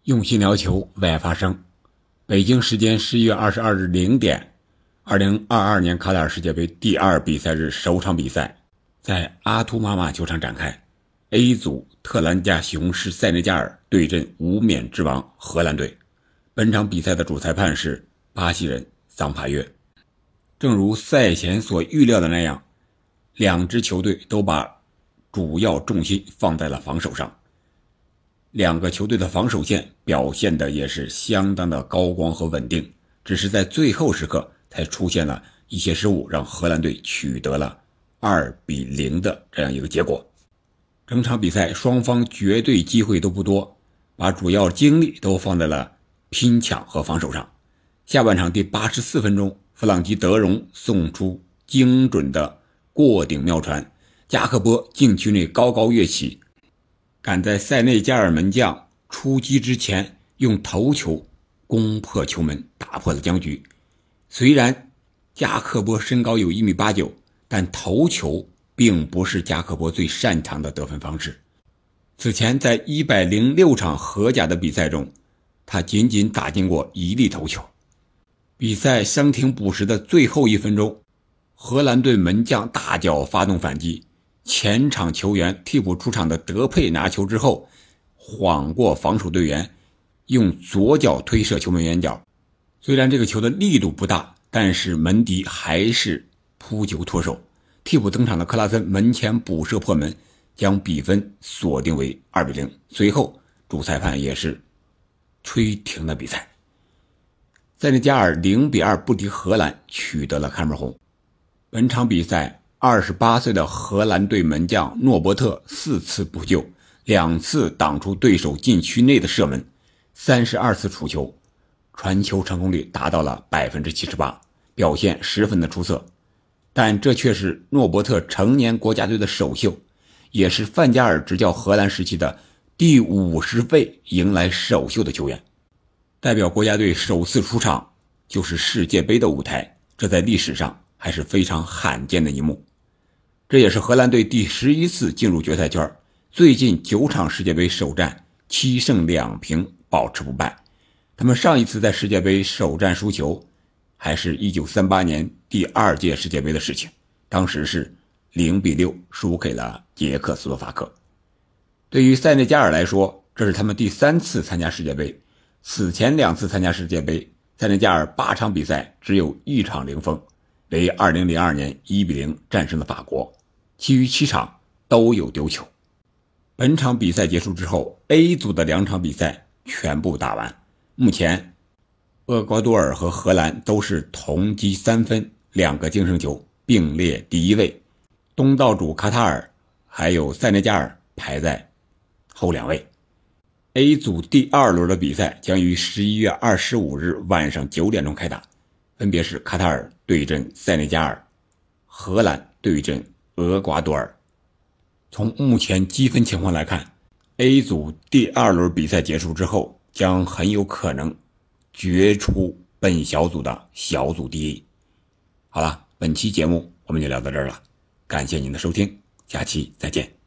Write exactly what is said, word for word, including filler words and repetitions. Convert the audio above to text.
用心聊球，为爱发声。北京时间十一月二十二日零点，二零二二年卡塔尔世界杯第二比赛日首场比赛在阿图玛马球场展开。A 组特兰加雄狮塞内加尔对阵无冕之王荷兰队。本场比赛的主裁判是巴西人桑帕约。正如赛前所预料的那样，两支球队都把主要重心放在了防守上。两个球队的防守线表现的也是相当的高光和稳定，只是在最后时刻才出现了一些失误，让荷兰队取得了二比零的这样一个结果。整场比赛双方绝对机会都不多，把主要精力都放在了拼抢和防守上。下半场第八十四分钟，弗朗基德容送出精准的过顶妙传，加克波禁区内高高跃起，赶在塞内加尔门将出击之前用头球攻破球门，打破了僵局。虽然加克波身高有一米八九，但头球并不是加克波最擅长的得分方式。此前在一百零六场荷甲的比赛中，他仅仅打进过一粒头球。比赛伤停补时的最后一分钟，荷兰队门将大脚发动反击，前场球员替补出场的德佩拿球之后，晃过防守队员，用左脚推射球门远角。虽然这个球的力度不大，但是门迪还是扑球脱手。替补登场的克拉森门前补射破门，将比分锁定为二比零。随后主裁判也是吹停了比赛。塞内加尔零比二不敌荷兰，取得了看门红。本场比赛二十八岁的荷兰队门将诺伯特四次补救，两次挡出对手禁区内的射门，三十二次触球，传球成功率达到了 百分之七十八， 表现十分的出色。但这却是诺伯特成年国家队的首秀，也是范加尔执教荷兰时期的第五十位迎来首秀的球员。代表国家队首次出场就是世界杯的舞台，这在历史上还是非常罕见的一幕。这也是荷兰队第十一次进入决赛圈，最近九场世界杯首战七胜两平，保持不败。他们上一次在世界杯首战输球还是一九三八年第二届世界杯的事情，当时是零比六输给了捷克斯洛伐克。对于塞内加尔来说，这是他们第三次参加世界杯，此前两次参加世界杯，塞内加尔八场比赛只有一场零封，为二零零二年一比零战胜了法国，其余七场都有丢球。本场比赛结束之后， A 组的两场比赛全部打完，目前厄瓜多尔和荷兰都是同积三分，两个净胜球，并列第一位。东道主卡塔尔还有塞内加尔排在后两位。A 组第二轮的比赛将于十一月二十五日晚上九点钟开打，分别是卡塔尔对阵塞内加尔，荷兰对阵厄瓜多尔。从目前积分情况来看， A 组第二轮比赛结束之后，将很有可能决出本小组的小组第一。好了，本期节目我们就聊到这儿了，感谢您的收听，下期再见。